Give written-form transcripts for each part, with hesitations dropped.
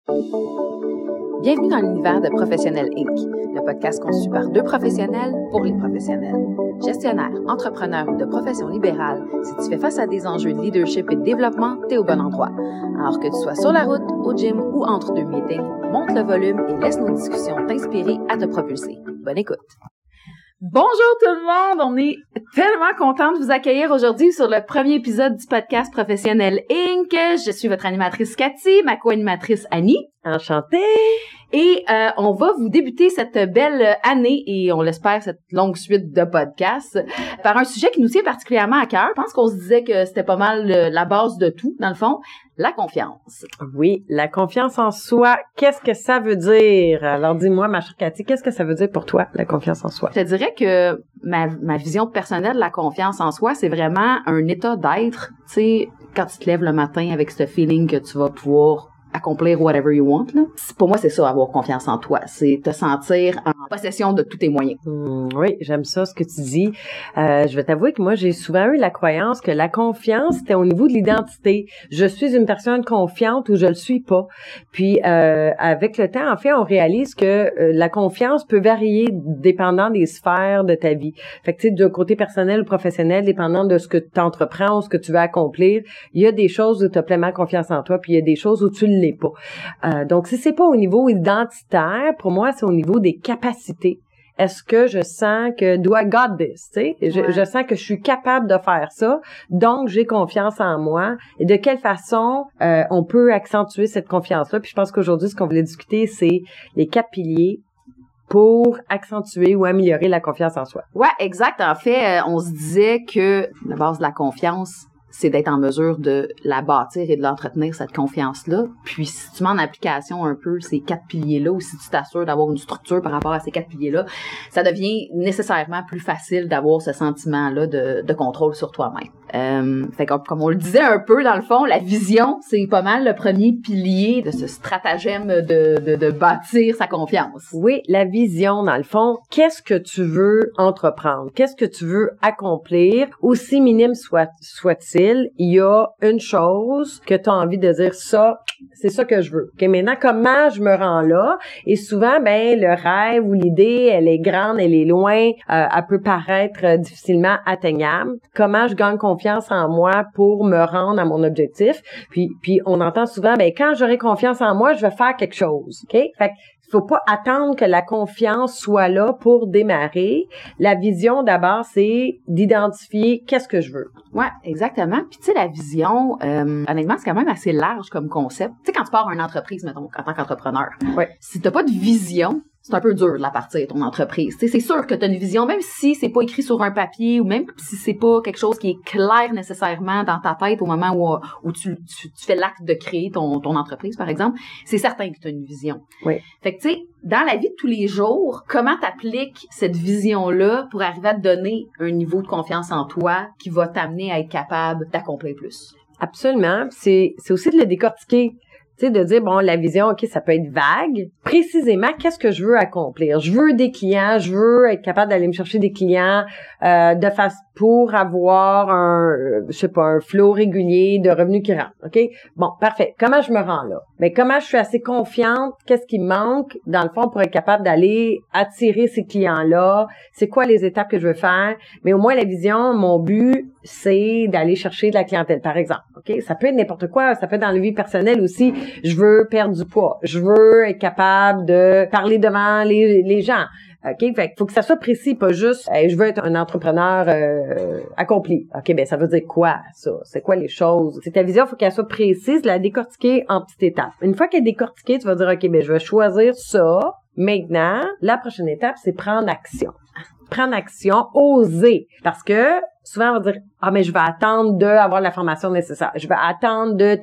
Bienvenue dans l'univers de Professionnel Inc., le podcast conçu par deux professionnels pour les professionnels. Gestionnaire, entrepreneur ou de profession libérale, si tu fais face à des enjeux de leadership et de développement, t'es au bon endroit. Alors que tu sois sur la route, au gym ou entre deux meetings, monte le volume et laisse nos discussions t'inspirer à te propulser. Bonne écoute! Bonjour tout le monde, on est tellement content de vous accueillir aujourd'hui sur le premier épisode du podcast Professionnel Inc. Je suis votre animatrice Cathy, ma co-animatrice Annie. Enchantée! Et on va vous débuter cette belle année et on l'espère cette longue suite de podcasts par un sujet qui nous tient particulièrement à cœur. Je pense qu'on se disait que c'était pas mal la base de tout, dans le fond, la confiance. Oui, la confiance en soi, qu'est-ce que ça veut dire? Alors dis-moi, ma chère Cathy, qu'est-ce que ça veut dire pour toi, la confiance en soi? Je te dirais que ma vision personnelle de la confiance en soi, c'est vraiment un état d'être, tu sais, quand tu te lèves le matin avec ce feeling que tu vas pouvoir accomplir whatever you want, là. Pour moi, c'est ça, avoir confiance en toi. C'est te sentir en possession de tous tes moyens. Oui, j'aime ça, ce que tu dis. Je vais t'avouer que moi, j'ai souvent eu la croyance que la confiance, c'était au niveau de l'identité. Je suis une personne confiante ou je le suis pas. Puis, avec le temps, en fait, on réalise que la confiance peut varier dépendant des sphères de ta vie. Fait que, tu sais, d'un côté personnel ou professionnel, dépendant de ce que tu entreprends ou ce que tu veux accomplir, il y a des choses où tu as pleinement confiance en toi, puis il y a des choses où tu ne l'es pas. Donc, si c'est pas au niveau identitaire, pour moi, c'est au niveau des capacités. Est-ce que je sens que do I got this, tu sais? Je sens que je suis capable de faire ça, donc j'ai confiance en moi. Et de quelle façon on peut accentuer cette confiance-là? Puis je pense qu'aujourd'hui, ce qu'on voulait discuter, c'est les 4 piliers pour accentuer ou améliorer la confiance en soi. Ouais, exact. En fait, on se disait que la base de la confiance, c'est d'être en mesure de la bâtir et de l'entretenir, cette confiance-là. Puis, si tu mets en application un peu ces 4 piliers-là, ou si tu t'assures d'avoir une structure par rapport à ces 4 piliers-là, ça devient nécessairement plus facile d'avoir ce sentiment-là de contrôle sur toi-même. Fait que, comme on le disait un peu, dans le fond, la vision, c'est pas mal le premier pilier de ce stratagème de bâtir sa confiance. Oui, la vision, dans le fond, qu'est-ce que tu veux entreprendre? Qu'est-ce que tu veux accomplir? Aussi minime soit-il, il y a une chose que tu as envie de dire, ça, c'est ça que je veux. OK, maintenant, comment je me rends là? Et souvent, le rêve ou l'idée, elle est grande, elle est loin, elle peut paraître difficilement atteignable. Comment je gagne confiance en moi pour me rendre à mon objectif? Puis on entend souvent, quand j'aurai confiance en moi, je vais faire quelque chose. OK? Fait que il faut pas attendre que la confiance soit là pour démarrer. La vision, d'abord, c'est d'identifier qu'est-ce que je veux. Ouais, exactement. Puis, tu sais, la vision, honnêtement, c'est quand même assez large comme concept. Tu sais, quand tu pars une entreprise, mettons, en tant qu'entrepreneur, si t'as pas de vision, c'est un peu dur de la partir, ton entreprise. Tu sais, c'est sûr que tu as une vision, même si c'est pas écrit sur un papier ou même si c'est pas quelque chose qui est clair nécessairement dans ta tête au moment où tu fais l'acte de créer ton entreprise, par exemple, c'est certain que tu as une vision. Oui. Fait que, tu sais, dans la vie de tous les jours, comment t'appliques cette vision-là pour arriver à te donner un niveau de confiance en toi qui va t'amener à être capable d'accomplir plus? Absolument. C'est aussi de le décortiquer. Tu sais, de dire, bon, la vision, OK, ça peut être vague. Précisément, qu'est-ce que je veux accomplir? Je veux des clients, je veux être capable d'aller me chercher des clients pour avoir un flot régulier de revenus qui rentrent. OK? Bon, parfait. Comment je me rends là? Mais comment je suis assez confiante? Qu'est-ce qui me manque, dans le fond, pour être capable d'aller attirer ces clients-là? C'est quoi les étapes que je veux faire? Mais au moins, la vision, mon but, c'est d'aller chercher de la clientèle, par exemple. OK? Ça peut être n'importe quoi. Ça peut être dans la vie personnelle aussi. Je veux perdre du poids. Je veux être capable de parler devant les gens. OK? Fait qu'il faut que ça soit précis, pas juste je veux être un entrepreneur accompli. OK, ça veut dire quoi, ça? C'est quoi les choses? C'est ta vision, il faut qu'elle soit précise, la décortiquer en petites étapes. Une fois qu'elle est décortiquée, tu vas dire OK, je vais choisir ça. Maintenant, la prochaine étape, c'est prendre action. Prendre action, oser. Parce que souvent, on va dire mais je vais attendre d'avoir la formation nécessaire. Je vais attendre de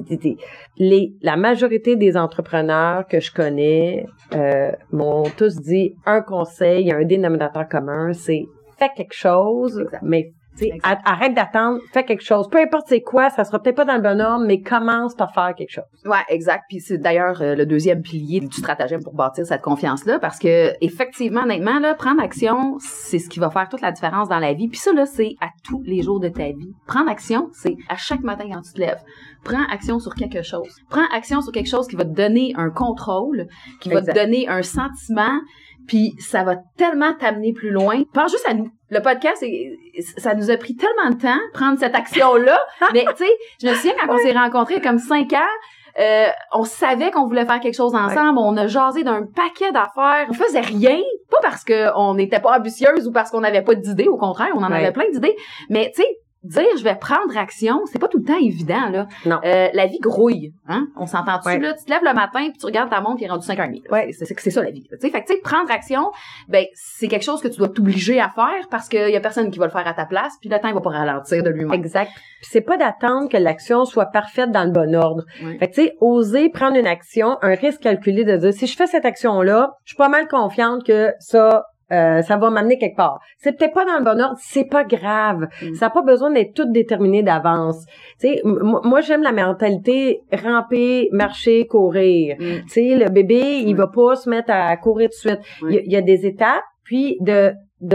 La majorité des entrepreneurs que je connais m'ont tous dit un conseil, un dénominateur commun, c'est fais quelque chose, mais Arrête d'attendre, fais quelque chose. Peu importe c'est quoi, ça sera peut-être pas dans le bon ordre, mais commence par faire quelque chose. Ouais, exact. Puis c'est d'ailleurs le deuxième pilier du stratagème pour bâtir cette confiance-là, parce que effectivement, honnêtement, là, prendre action, c'est ce qui va faire toute la différence dans la vie. Puis ça, là, c'est à tous les jours de ta vie. Prendre action, c'est à chaque matin quand tu te lèves. Prends action sur quelque chose. Prends action sur quelque chose qui va te donner un contrôle, qui va te donner un sentiment, puis ça va tellement t'amener plus loin. Pense juste à nous. Le podcast, ça nous a pris tellement de temps, prendre cette action-là. Mais, tu sais, je me souviens quand on s'est rencontrés il y a comme 5 ans, on savait qu'on voulait faire quelque chose ensemble. On a jasé d'un paquet d'affaires. On faisait rien. Pas parce qu'on n'était pas ambitieuse ou parce qu'on n'avait pas d'idées. Au contraire, on en avait plein d'idées. Mais, tu sais, dire je vais prendre action, c'est pas tout le temps évident, là. Non. La vie grouille, hein. On s'entend-tu, là? Tu te lèves le matin puis tu regardes ta montre qui est rendue 5h30. Ouais. C'est ça, la vie. Tu sais, fait que, tu sais, prendre action, ben, c'est quelque chose que tu dois t'obliger à faire parce qu'il y a personne qui va le faire à ta place puis le temps, il va pas ralentir de lui-même. Exact. Puis c'est pas d'attendre que l'action soit parfaite dans le bon ordre. Ouais. Fait que, tu sais, oser prendre une action, un risque calculé de dire, si je fais cette action-là, je suis pas mal confiante que ça va m'amener quelque part. C'est peut-être pas dans le bon ordre, c'est pas grave. Ça n'a pas besoin d'être tout déterminé d'avance. Tu sais, moi j'aime la mentalité ramper, marcher, courir. Tu sais, le bébé, il va pas se mettre à courir tout de suite. Il y a des étapes, puis de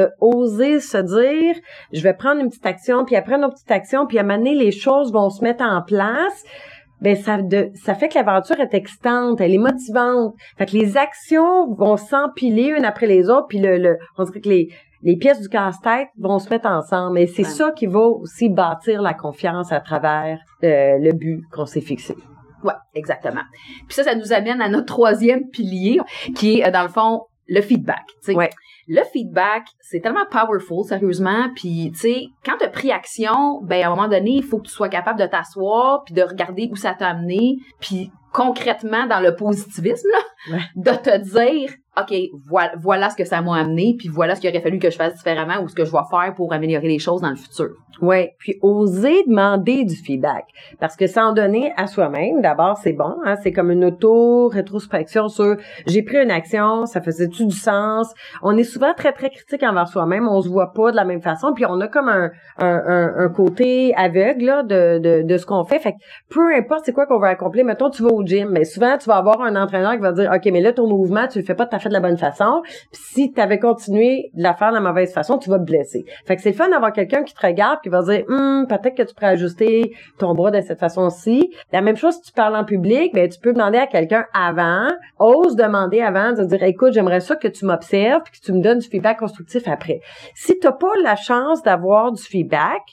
oser se dire, je vais prendre une petite action, puis après une autre petite action, puis à un moment donné, les choses vont se mettre en place. Ben ça fait que l'aventure est excitante, elle est motivante. Fait que les actions vont s'empiler une après les autres, puis on dirait que les pièces du casse-tête vont se mettre ensemble. Et c'est ça qui va aussi bâtir la confiance à travers le but qu'on s'est fixé. Ouais, exactement. Puis ça nous amène à notre troisième pilier, qui est dans le fond le feedback. Tu sais. Ouais. Le feedback, c'est tellement powerful, sérieusement. Puis, tu sais, quand tu as pris action, ben à un moment donné, il faut que tu sois capable de t'asseoir puis de regarder où ça t'a amené. Puis, concrètement, dans le positivisme, là, de te dire, OK, voilà ce que ça m'a amené, puis voilà ce qu'il aurait fallu que je fasse différemment ou ce que je vais faire pour améliorer les choses dans le futur. Ouais, puis oser demander du feedback, parce que s'en donner à soi-même, d'abord, c'est bon, hein, c'est comme une auto-rétrospection sur j'ai pris une action, ça faisait-tu du sens? On est souvent très, très critique envers soi-même, on se voit pas de la même façon, puis on a comme un côté aveugle là, de ce qu'on fait, fait que peu importe c'est quoi qu'on veut accomplir, mettons tu vas au gym, mais souvent tu vas avoir un entraîneur qui va dire OK, mais là ton mouvement, tu le fais pas tout à fait de la bonne façon, puis si tu avais continué de la faire de la mauvaise façon, tu vas te blesser. Fait que c'est le fun d'avoir quelqu'un qui te regarde qui va dire peut-être que tu pourrais ajuster ton bras de cette façon-ci. La même chose si tu parles en public, ben tu peux demander à quelqu'un avant, ose demander avant de dire écoute, j'aimerais ça que tu m'observes puis que tu me donnes du feedback constructif après. Si t'as pas la chance d'avoir du feedback,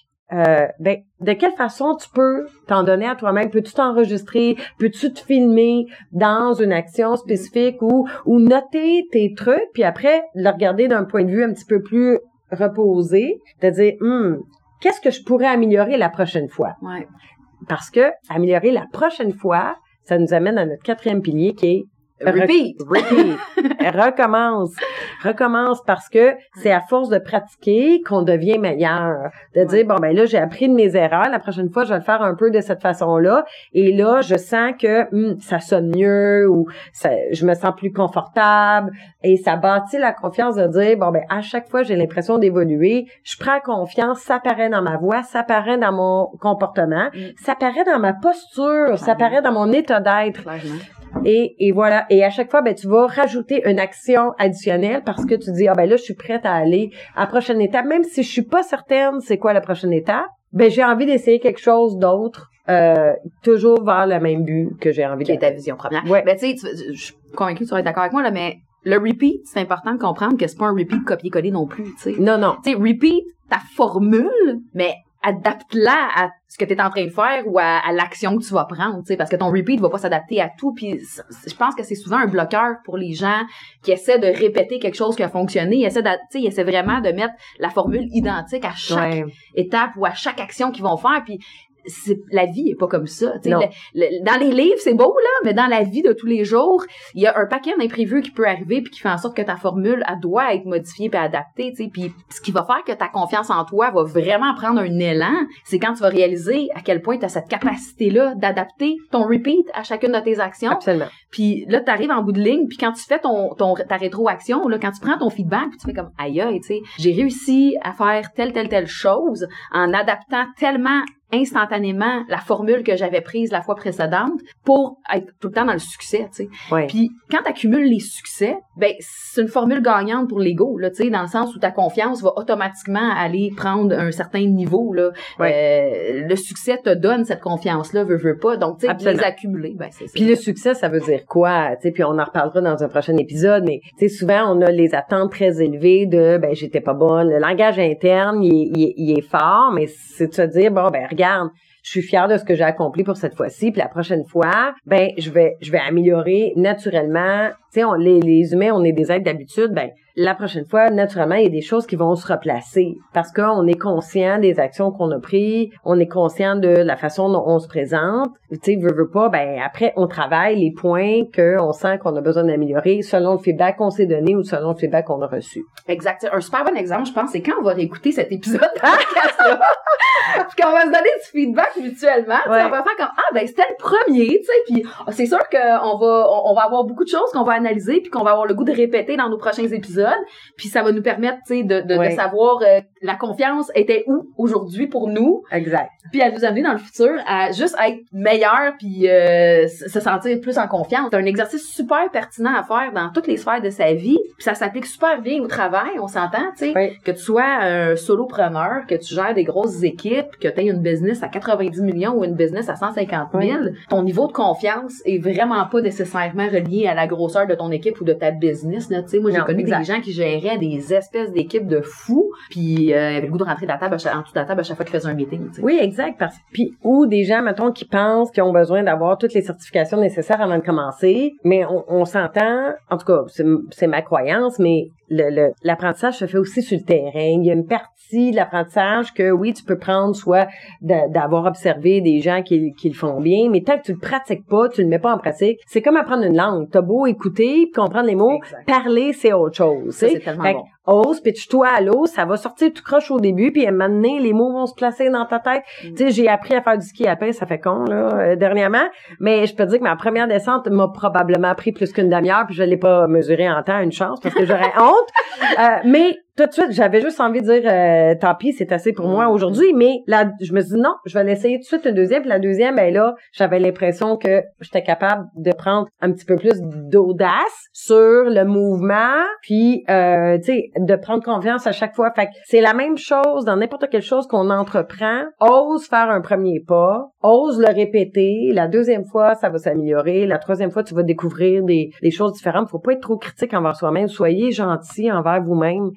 ben de quelle façon tu peux t'en donner à toi-même? Peux-tu t'enregistrer? Peux-tu te filmer dans une action spécifique ou noter tes trucs puis après le regarder d'un point de vue un petit peu plus reposé, de dire qu'est-ce que je pourrais améliorer la prochaine fois? Ouais. Parce que améliorer la prochaine fois, ça nous amène à notre 4e pilier qui est Repeat. Recommence parce que c'est à force de pratiquer qu'on devient meilleur. De dire, bon, ben là, j'ai appris de mes erreurs. La prochaine fois, je vais le faire un peu de cette façon-là. Et là, je sens que ça sonne mieux ou je me sens plus confortable. Et ça bâtit la confiance de dire, bon, ben à chaque fois, j'ai l'impression d'évoluer. Je prends confiance. Ça paraît dans ma voix, ça paraît dans mon comportement, ça paraît dans ma posture, ça paraît dans mon état d'être. Et voilà. Et à chaque fois, ben, tu vas rajouter une action additionnelle parce que tu dis, ben là, je suis prête à aller à la prochaine étape. Même si je suis pas certaine c'est quoi la prochaine étape, ben, j'ai envie d'essayer quelque chose d'autre, toujours vers le même but que j'ai envie de. Qui est ta vision première. Ouais. Ben, tu sais, je suis convaincue que tu vas être d'accord avec moi, là, mais le repeat, c'est important de comprendre que c'est pas un repeat copier-coller non plus, tu sais. Non. Tu sais, repeat ta formule, mais adapte-la à ce que tu es en train de faire ou à l'action que tu vas prendre, tu sais, parce que ton repeat va pas s'adapter à tout. Puis je pense que c'est souvent un bloqueur pour les gens qui essaient de répéter quelque chose qui a fonctionné. Ils essaient vraiment de mettre la formule identique à chaque étape ou à chaque action qu'ils vont faire. Puis la vie est pas comme ça. Non. Dans les livres, c'est beau, là, mais dans la vie de tous les jours, il y a un paquet d'imprévus qui peut arriver puis qui fait en sorte que ta formule, elle doit être modifiée puis adaptée, tu sais. Puis ce qui va faire que ta confiance en toi va vraiment prendre un élan, c'est quand tu vas réaliser à quel point tu as cette capacité-là d'adapter ton repeat à chacune de tes actions. Absolument. Puis là, tu arrives en bout de ligne, puis quand tu fais ta rétroaction, là, quand tu prends ton feedback, puis tu fais comme aïe, tu sais, j'ai réussi à faire telle chose en adaptant tellement instantanément la formule que j'avais prise la fois précédente pour être tout le temps dans le succès, tu sais. Ouais. Puis quand tu accumules les succès, ben c'est une formule gagnante pour l'ego, là, tu sais, dans le sens où ta confiance va automatiquement aller prendre un certain niveau, là. Ouais. Le succès te donne cette confiance-là, veux pas. Donc, tu sais, les accumuler, ben c'est ça. Puis le succès, ça veut dire quoi? Tu sais, puis on en reparlera dans un prochain épisode, mais tu sais, souvent on a les attentes très élevées de ben j'étais pas bonne. Le langage interne, il est fort, mais c'est de se dire bon ben regarde, je suis fière de ce que j'ai accompli pour cette fois-ci, puis la prochaine fois, ben je vais améliorer naturellement. Tu sais, les humains, on est des êtres d'habitude, ben la prochaine fois, naturellement, il y a des choses qui vont se replacer parce qu'on est conscient des actions qu'on a prises, on est conscient de la façon dont on se présente. Tu sais, veut pas, ben après, on travaille les points qu'on sent qu'on a besoin d'améliorer selon le feedback qu'on s'est donné ou selon le feedback qu'on a reçu. Exact. Un super bon exemple, je pense, c'est quand on va réécouter cet épisode de podcast-là, puis qu'on va se donner du feedback mutuellement. Ouais. On va faire comme ben c'était le premier, tu sais, puis c'est sûr qu'on va avoir beaucoup de choses qu'on va analyser puis qu'on va avoir le goût de répéter dans nos prochains épisodes. Puis ça va nous permettre, tu sais, de savoir la confiance était où aujourd'hui pour nous. Exact. Puis à nous amener dans le futur à juste être meilleur puis se sentir plus en confiance. C'est un exercice super pertinent à faire dans toutes les sphères de sa vie. Puis ça s'applique super bien au travail, on s'entend, tu sais. Oui. Que tu sois un solopreneur, que tu gères des grosses équipes, que tu aies une business à 90 millions ou une business à 150 000, ton niveau de confiance est vraiment pas nécessairement relié à la grosseur de ton équipe ou de ta business, là, tu sais. Moi, j'ai connu des gens qui géraient des espèces d'équipes de fous, puis avaient le goût de rentrer en dessous de la table à chaque fois qu'ils faisaient un meeting, tu sais. Oui, exact. Puis ou des gens, mettons, qui pensent qu'ils ont besoin d'avoir toutes les certifications nécessaires avant de commencer, mais on s'entend, en tout cas, c'est ma croyance, mais l'apprentissage se fait aussi sur le terrain. Il y a une partie de l'apprentissage que oui, tu peux prendre soit d'avoir observé des gens qui le font bien, mais tant que tu le pratiques pas, tu le mets pas en pratique, c'est comme apprendre une langue. T'as beau écouter, comprendre les mots, parler, c'est autre chose. Ça, c'est tellement bon. Ose, pitche-toi à l'eau, ça va sortir tout croche au début, puis à un moment donné, les mots vont se placer dans ta tête. Tu sais, j'ai appris à faire du ski alpin, ça fait con, là, dernièrement, mais je peux te dire que ma première descente m'a probablement pris plus qu'une demi-heure, puis je l'ai pas mesuré en temps, une chance, parce que j'aurais honte. Mais tout de suite, j'avais juste envie de dire tant pis, c'est assez pour moi aujourd'hui, mais là, je me suis dit non, je vais l'essayer tout de suite une deuxième, puis la deuxième, ben là, j'avais l'impression que j'étais capable de prendre un petit peu plus d'audace sur le mouvement, puis tu sais, de prendre confiance à chaque fois. Fait que c'est la même chose dans n'importe quelle chose qu'on entreprend. Ose faire un premier pas, ose le répéter. La deuxième fois, ça va s'améliorer. La troisième fois, tu vas découvrir des choses différentes. Faut pas être trop critique envers soi-même. Soyez gentil envers vous-même.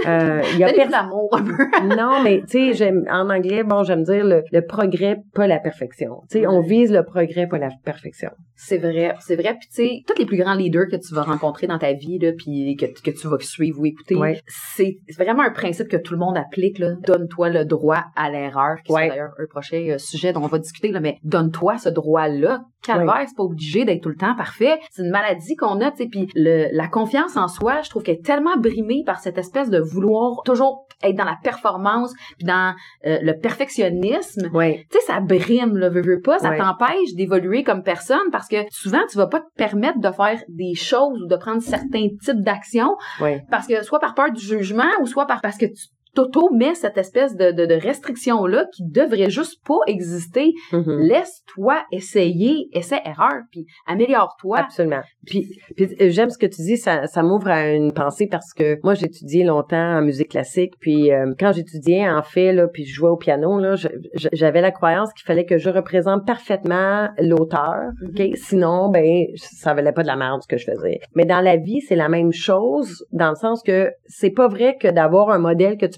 Il y a l'amour un peu. Non, mais tu sais, en anglais, j'aime dire le progrès, pas la perfection. Tu sais, on vise le progrès, pas la perfection. C'est vrai. Puis tu sais, tous les plus grands leaders que tu vas rencontrer dans ta vie là, puis que tu vas suivre ou écouter, c'est vraiment un principe que tout le monde applique là. Donne-toi le droit à l'erreur, qui sera d'ailleurs un prochain sujet dont on va discuter là, mais donne-toi ce droit-là. Calvaire, c'est pas obligé d'être tout le temps parfait. C'est une maladie qu'on a, tu sais. Puis la confiance en soi, je trouve qu'elle est tellement brimée par cette espèce de vouloir toujours être dans la performance, puis dans le perfectionnisme. Tu sais, ça brime, là, veux pas, ça t'empêche d'évoluer comme personne parce que souvent, tu vas pas te permettre de faire des choses ou de prendre certains types d'actions parce que soit par peur du jugement ou soit parce que tu t'auto-mets cette espèce de restriction-là qui devrait juste pas exister. Laisse-toi essayer, essaie-erreur, puis améliore-toi. Absolument. Puis j'aime ce que tu dis, ça m'ouvre à une pensée parce que moi, j'ai étudié longtemps en musique classique, puis quand j'étudiais, en fait, là, puis je jouais au piano, là, j'avais la croyance qu'il fallait que je représente parfaitement l'auteur, OK? Sinon, ben, ça valait pas de la merde ce que je faisais. Mais dans la vie, c'est la même chose, dans le sens que c'est pas vrai que d'avoir un modèle que tu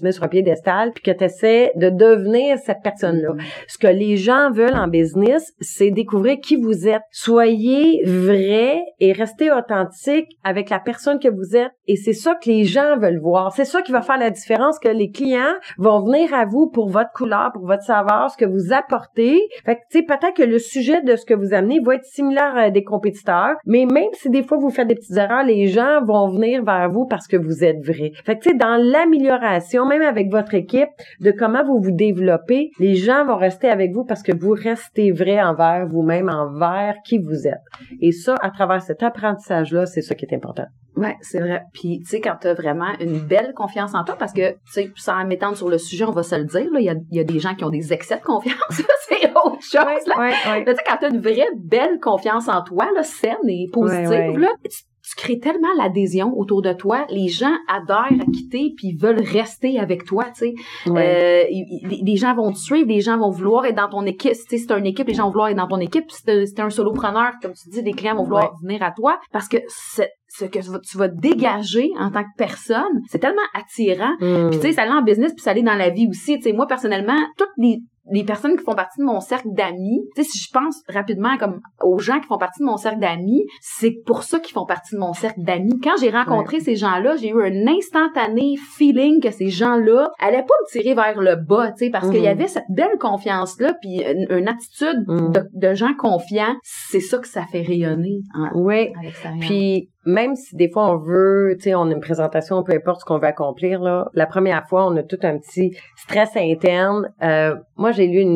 mets sur un piédestal puis que tu essaies de devenir cette personne-là. Ce que les gens veulent en business, c'est découvrir qui vous êtes. Soyez vrai et restez authentique avec la personne que vous êtes et c'est ça que les gens veulent voir. C'est ça qui va faire la différence, que les clients vont venir à vous pour votre couleur, pour votre saveur, ce que vous apportez. Fait que, tu sais, peut-être que le sujet de ce que vous amenez va être similaire à des compétiteurs, mais même si des fois vous faites des petites erreurs, les gens vont venir vers vous parce que vous êtes vrai. Fait que, tu sais, dans l'amélioration, même avec votre équipe, de comment vous vous développez, les gens vont rester avec vous parce que vous restez vrai envers vous-même, envers qui vous êtes. Et ça, à travers cet apprentissage-là, c'est ça qui est important. Ouais, c'est vrai. Puis, tu sais, quand t'as vraiment une belle confiance en toi, parce que, tu sais, sans m'étendre sur le sujet, on va se le dire, là, il y a des gens qui ont des excès de confiance, c'est autre chose, là. Ouais. Mais tu sais, quand t'as une vraie belle confiance en toi, là, saine et positive, là, tu crées tellement l'adhésion autour de toi, les gens adhèrent à quitter puis ils veulent rester avec toi, tu sais. Les gens vont te suivre, les gens vont vouloir être dans ton équipe. Tu sais, si t'as une équipe, les gens vont vouloir être dans ton équipe. Si t'es un solopreneur, comme tu dis, les clients vont vouloir venir à toi parce que ce que tu vas dégager en tant que personne, c'est tellement attirant. Puis tu sais, ça allait en business puis ça allait dans la vie aussi. Tu sais, moi personnellement, toutes les personnes qui font partie de mon cercle d'amis, tu sais, si je pense rapidement comme aux gens qui font partie de mon cercle d'amis, c'est pour ça qu'ils font partie de mon cercle d'amis. Quand j'ai rencontré ces gens-là, j'ai eu un instantané feeling que ces gens-là allaient pas me tirer vers le bas, tu sais, parce qu'il y avait cette belle confiance-là, puis une attitude de gens confiants. C'est ça que ça fait rayonner. À l'extérieur. Puis même si des fois on veut, tu sais, on a une présentation, peu importe ce qu'on veut accomplir, là, la première fois, on a tout un petit stress interne. Moi, j'ai lu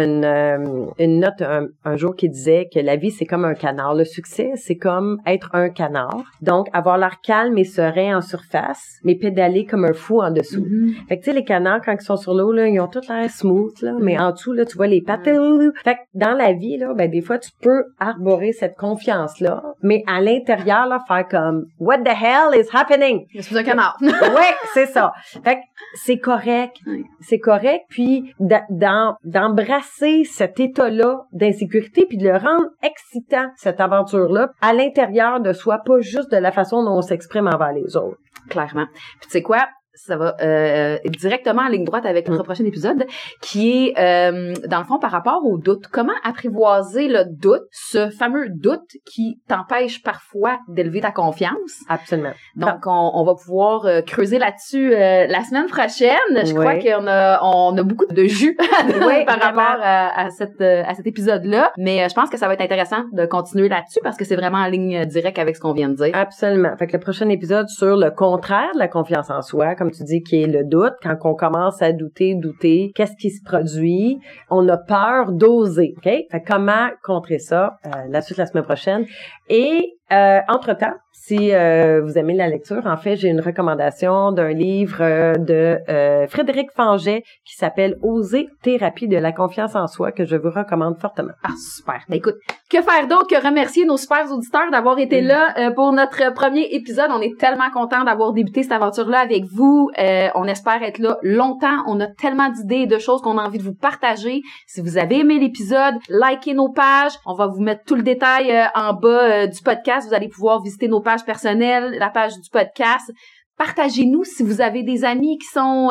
une note un jour qui disait que la vie, c'est comme un canard. Le succès, c'est comme être un canard. Donc, avoir l'air calme et serein en surface, mais pédaler comme un fou en dessous. Fait que, tu sais, les canards, quand ils sont sur l'eau, là, ils ont tout l'air smooth, là, mais en dessous, là, tu vois les pattes. Fait que dans la vie, là, ben, des fois, tu peux arborer cette confiance-là, mais à l'intérieur, là, faire comme « What the hell is happening? » Je suis un canard. Ouais, c'est ça. Fait que c'est correct. C'est correct. Puis d'embrasser cet état-là d'insécurité puis de le rendre excitant, cette aventure-là, à l'intérieur de soi, pas juste de la façon dont on s'exprime envers les autres. Clairement. Puis tu sais quoi? Ça va directement en ligne droite avec notre prochain épisode, qui est, dans le fond, par rapport au doute. Comment apprivoiser le doute, ce fameux doute qui t'empêche parfois d'élever ta confiance? Absolument. Donc, on va pouvoir creuser là-dessus la semaine prochaine. Je crois qu'on a beaucoup de jus par rapport à cet épisode-là. Mais je pense que ça va être intéressant de continuer là-dessus parce que c'est vraiment en ligne directe avec ce qu'on vient de dire. Absolument. Fait que le prochain épisode sur le contraire de la confiance en soi, comme tu dis, qui est le doute. Quand on commence à douter, qu'est-ce qui se produit? On a peur d'oser, OK? Fait comment contrer ça? La suite la semaine prochaine. Et entre-temps, si vous aimez la lecture, en fait, j'ai une recommandation d'un livre de Frédéric Fanget qui s'appelle « Oser, thérapie de la confiance en soi » que je vous recommande fortement. Ah, super. Ben écoute, que faire d'autre que remercier nos super auditeurs d'avoir été là pour notre premier épisode. On est tellement contents d'avoir débuté cette aventure-là avec vous. On espère être là longtemps. On a tellement d'idées et de choses qu'on a envie de vous partager. Si vous avez aimé l'épisode, likez nos pages. On va vous mettre tout le détail en bas du podcast. Vous allez pouvoir visiter nos pages personnelles, la page du podcast. Partagez-nous si vous avez des amis qui sont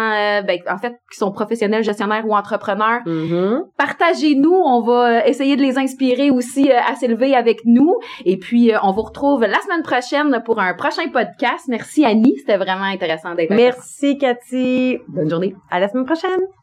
qui sont professionnels, gestionnaires ou entrepreneurs. Partagez-nous, on va essayer de les inspirer aussi à s'élever avec nous. Et puis, on vous retrouve la semaine prochaine pour un prochain podcast. Merci Annie, c'était vraiment intéressant d'être là. Merci Cathy. Bonne journée. À la semaine prochaine.